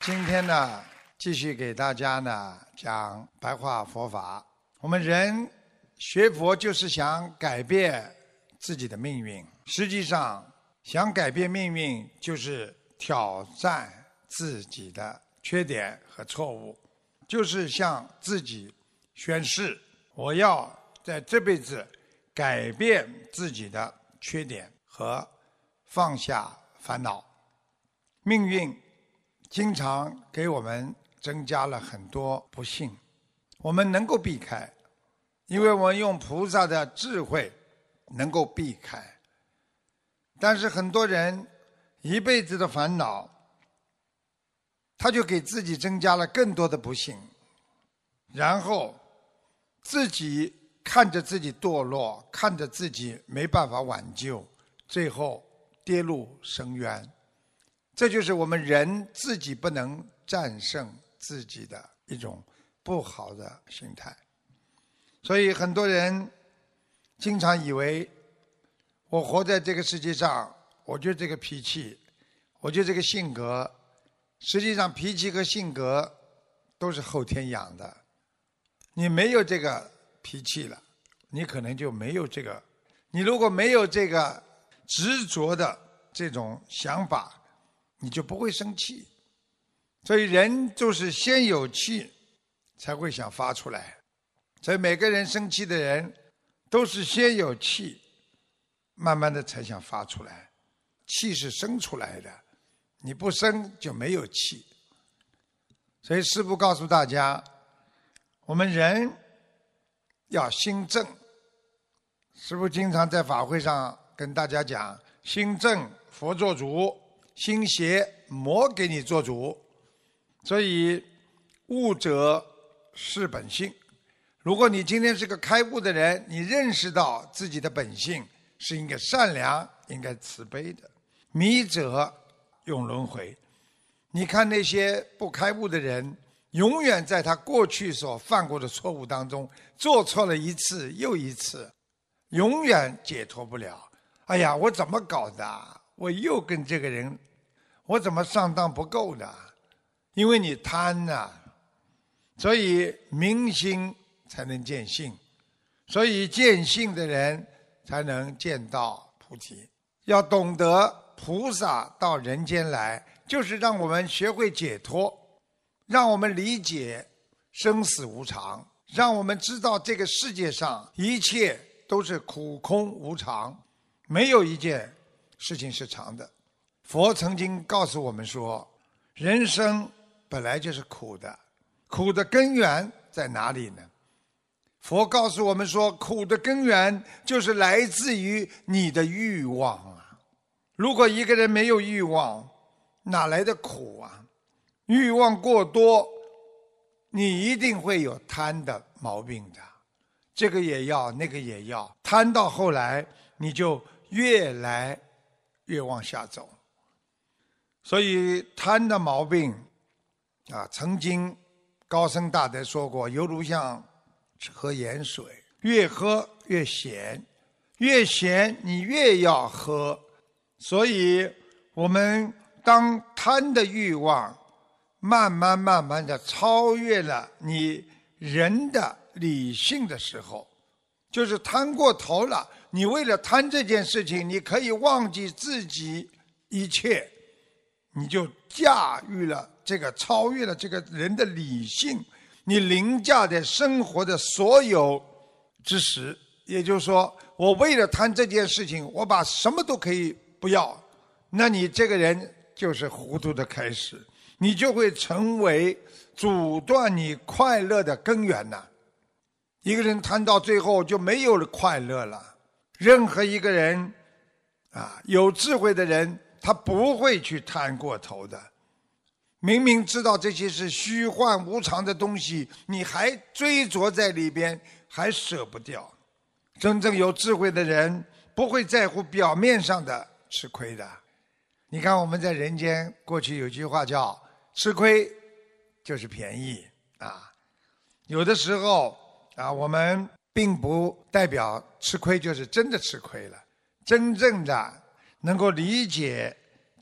今天呢，继续给大家呢讲白话佛法。我们人学佛就是想改变自己的命运，实际上想改变命运就是挑战自己的缺点和错误，就是向自己宣誓，我要在这辈子改变自己的缺点和放下烦恼。命运经常给我们增加了很多不幸，我们能够避开，因为我们用菩萨的智慧能够避开。但是很多人一辈子的烦恼，他就给自己增加了更多的不幸，然后自己看着自己堕落，看着自己没办法挽救，最后跌入深渊。这就是我们人自己不能战胜自己的一种不好的心态。所以很多人经常以为，我活在这个世界上，我就这个脾气，我就这个性格。实际上脾气和性格都是后天养的，你没有这个脾气了，你可能就没有这个，你如果没有这个执着的这种想法，你就不会生气。所以人就是先有气才会想发出来，所以每个人生气的人都是先有气，慢慢的才想发出来。气是生出来的，你不生就没有气。所以师父告诉大家，我们人要心正。师父经常在法会上跟大家讲，心正佛做主，心邪魔给你做主。所以悟者是本性。如果你今天是个开悟的人，你认识到自己的本性是应该善良，应该慈悲的。迷者永轮回。你看那些不开悟的人，永远在他过去所犯过的错误当中做错了一次又一次，永远解脱不了。哎呀，我怎么搞的？我又跟这个人，我怎么上当不够的？因为你贪啊，所以明心才能见性，所以见性的人才能见到菩提。要懂得菩萨到人间来，就是让我们学会解脱，让我们理解生死无常，让我们知道这个世界上一切都是苦空无常，没有一件事情是常的。佛曾经告诉我们说，人生本来就是苦的，苦的根源在哪里呢？佛告诉我们说，苦的根源就是来自于你的欲望啊。如果一个人没有欲望，哪来的苦啊？欲望过多，你一定会有贪的毛病的，这个也要，那个也要，贪到后来你就越来越往下走。所以贪的毛病啊，曾经高僧大德说过，犹如像喝盐水，越喝越咸，越咸你越要喝。所以我们当贪的欲望慢慢的超越了你人的理性的时候，就是贪过头了，你为了贪这件事情，你可以忘记自己一切，你就驾驭了这个，超越了这个人的理性，你凌驾在生活的所有之时。也就是说，我为了贪这件事情，我把什么都可以不要，那你这个人就是糊涂的开始，你就会成为阻断你快乐的根源呐。一个人贪到最后就没有了快乐了。任何一个人啊，有智慧的人，他不会去贪过头的。明明知道这些是虚幻无常的东西，你还追着在里边，还舍不掉。真正有智慧的人不会在乎表面上的吃亏的。你看我们在人间，过去有句话叫吃亏就是便宜啊。有的时候啊，我们并不代表吃亏就是真的吃亏了。真正的能够理解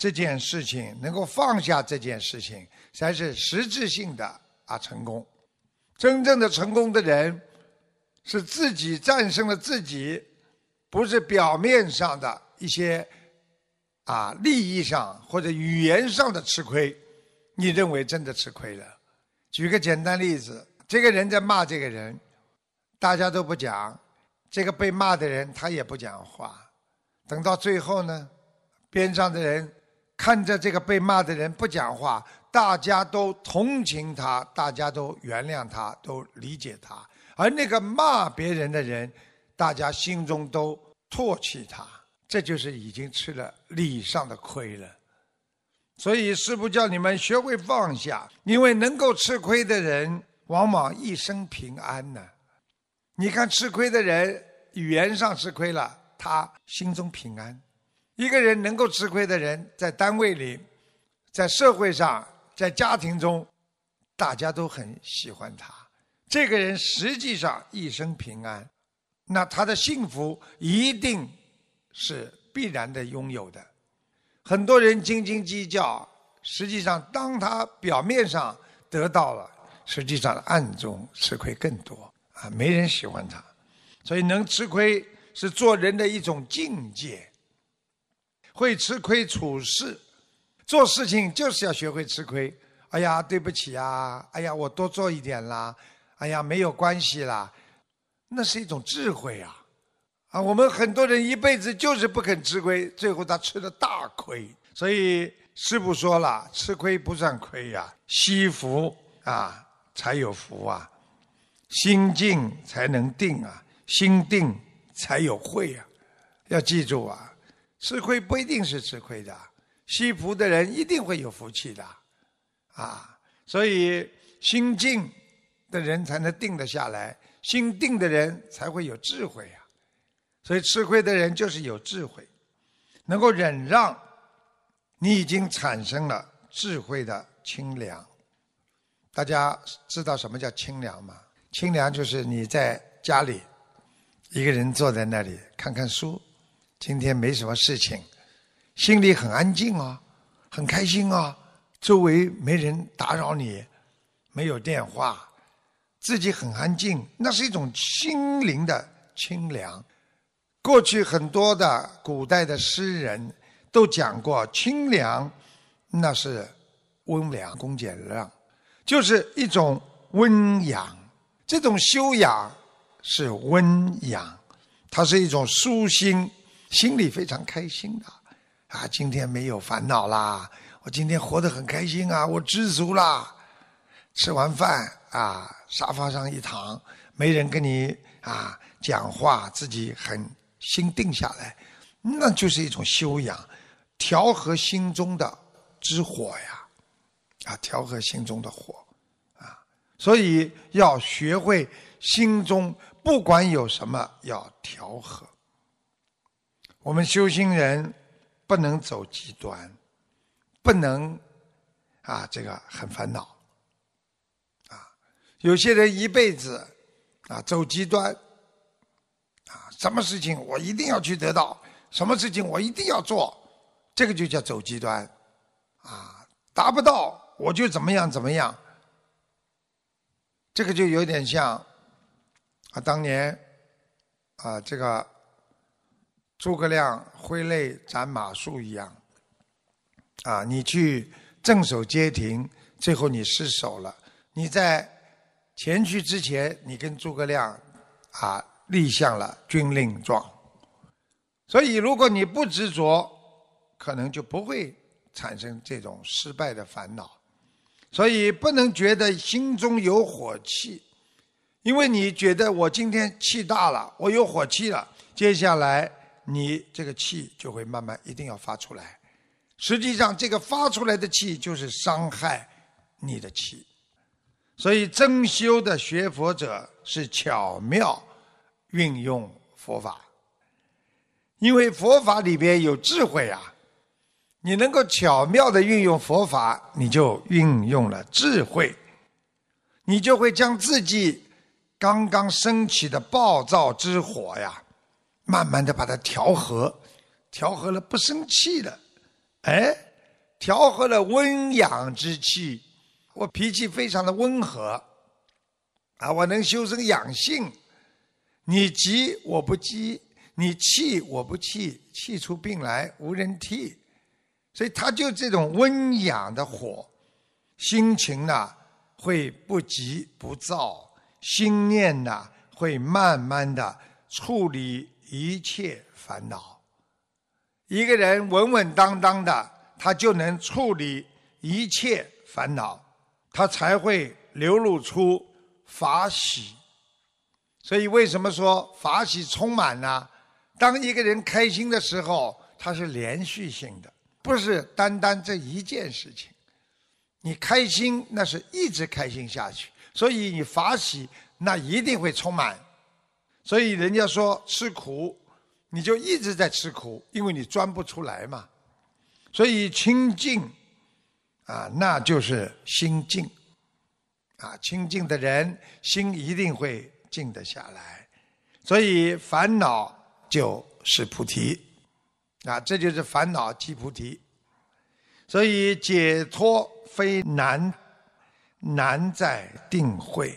这件事情，能够放下这件事情，才是实质性的成功。真正的成功的人，是自己战胜了自己，不是表面上的一些利益上或者语言上的吃亏，你认为真的吃亏了。举个简单例子，这个人在骂这个人，大家都不讲，这个被骂的人他也不讲话，等到最后呢，边上的人看着这个被骂的人不讲话，大家都同情他，大家都原谅他，都理解他，而那个骂别人的人，大家心中都唾弃他，这就是已经吃了理上的亏了。所以师父叫你们学会放下，因为能够吃亏的人往往一生平安呢。你看吃亏的人语言上吃亏了，他心中平安。一个人能够吃亏的人，在单位里，在社会上，在家庭中，大家都很喜欢他，这个人实际上一生平安，那他的幸福一定是必然的拥有的。很多人斤斤计较，实际上当他表面上得到了，实际上暗中吃亏更多没人喜欢他。所以能吃亏是做人的一种境界，会吃亏处事，做事情就是要学会吃亏。哎呀，对不起啊，哎呀，我多做一点啦，哎呀，没有关系啦，那是一种智慧我们很多人一辈子就是不肯吃亏，最后他吃了大亏。所以师父说了，吃亏不算亏惜福才有福心静才能定心定才有慧要记住吃亏不一定是吃亏的，惜福的人一定会有福气的所以心静的人才能定得下来，心定的人才会有智慧所以吃亏的人就是有智慧，能够忍让，你已经产生了智慧的清凉。大家知道什么叫清凉吗？清凉就是你在家里一个人坐在那里看看书，今天没什么事情，心里很安静很开心周围没人打扰你，没有电话，自己很安静，那是一种心灵的清凉。过去很多的古代的诗人都讲过，清凉那是温良恭俭让，就是一种温养。这种修养是温养，它是一种舒心，心里非常开心的今天没有烦恼啦，我今天活得很开心我知足啦。吃完饭沙发上一躺，没人跟你讲话，自己很心定下来，那就是一种修养，调和心中的之火调和心中的火所以要学会心中不管有什么要调和。我们修行人不能走极端，不能这个很烦恼有些人一辈子走极端什么事情我一定要去得到，什么事情我一定要做，这个就叫走极端达不到我就怎么样怎么样。这个就有点像当年这个诸葛亮挥泪斩马谡一样你去镇守街亭，最后你失守了，你在前去之前你跟诸葛亮立下了军令状。所以如果你不执着，可能就不会产生这种失败的烦恼。所以不能觉得心中有火气，因为你觉得我今天气大了，我有火气了，接下来你这个气就会慢慢一定要发出来。实际上这个发出来的气就是伤害你的气。所以真修的学佛者是巧妙运用佛法，因为佛法里边有智慧你能够巧妙地运用佛法，你就运用了智慧，你就会将自己刚刚升起的暴躁之火慢慢地把它调和了，不生气了， 调和了温养之气。我脾气非常的温和我能修身养性。你急我不急，你气我不气，气出病来无人替。所以他就这种温养的火，心情呢会不急不躁，心念呢会慢慢的处理一切烦恼。一个人稳稳当当的，他就能处理一切烦恼，他才会流露出法喜。所以为什么说法喜充满呢？当一个人开心的时候，它是连续性的，不是单单这一件事情。你开心那是一直开心下去，所以你法喜那一定会充满。所以人家说吃苦，你就一直在吃苦，因为你钻不出来嘛。所以清净那就是心静清净的人心一定会静得下来，所以烦恼就是菩提这就是烦恼即菩提。所以解脱非难，难在定慧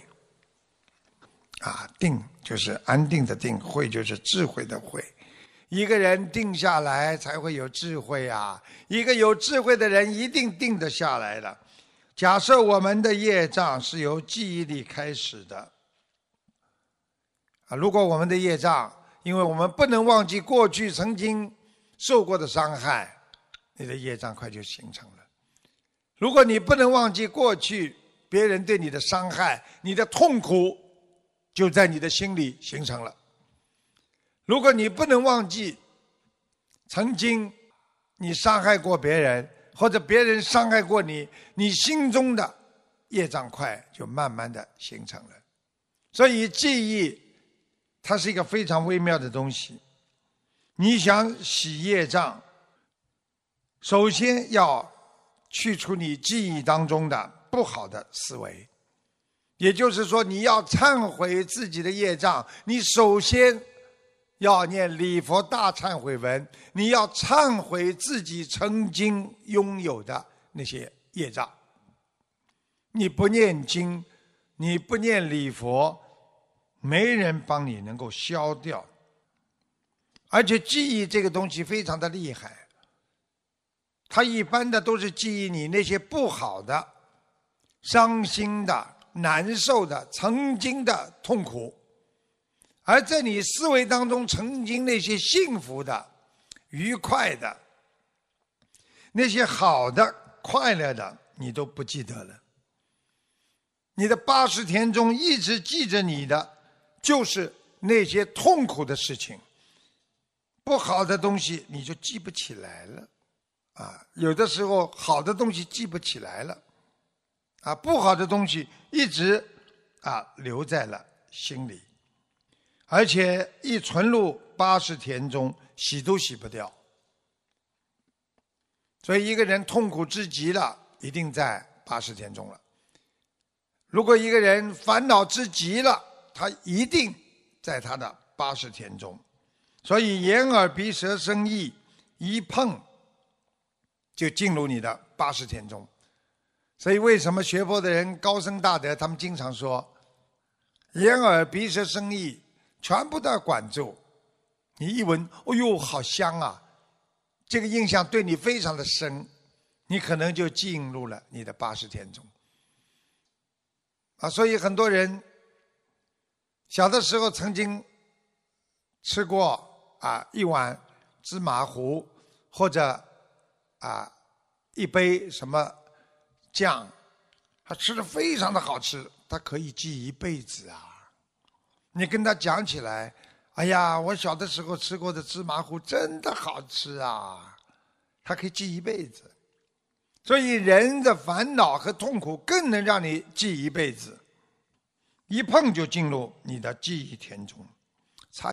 定就是安定的定，慧就是智慧的慧。一个人定下来才会有智慧一个有智慧的人一定定得下来的。假设我们的业障是由记忆力开始的如果我们的业障，因为我们不能忘记过去曾经受过的伤害，你的业障快就形成了。如果你不能忘记过去别人对你的伤害，你的痛苦就在你的心里形成了。如果你不能忘记曾经你伤害过别人，或者别人伤害过你，你心中的业障块就慢慢的形成了。所以记忆它是一个非常微妙的东西。你想洗业障，首先要去除你记忆当中的不好的思维，也就是说你要忏悔自己的业障，你首先要念礼佛大忏悔文，你要忏悔自己曾经拥有的那些业障。你不念经，你不念礼佛，没人帮你能够消掉。而且记忆这个东西非常的厉害，它一般的都是记忆你那些不好的、伤心的、难受的、曾经的痛苦，而在你思维当中曾经那些幸福的、愉快的、那些好的、快乐的，你都不记得了。你的80田中一直记着你的就是那些痛苦的事情，不好的东西你就记不起来了有的时候好的东西记不起来了不好的东西一直留在了心里，而且一存入80田中，洗都洗不掉。所以一个人痛苦之极了，一定在80田中了。如果一个人烦恼之极了，他一定在他的80田中。所以眼耳鼻舌身意一碰就进入你的80田中。所以为什么学佛的人高僧大德他们经常说眼耳鼻舌身意全部都要管住，你一闻哎呦好香这个印象对你非常的深，你可能就进入了你的80田中所以很多人小的时候曾经吃过一碗芝麻糊，或者一杯什么酱，他吃得非常的好吃，他可以记一辈子你跟他讲起来，哎呀我小的时候吃过的芝麻糊真的好吃他可以记一辈子。所以人的烦恼和痛苦更能让你记一辈子，一碰就进入你的记忆田中。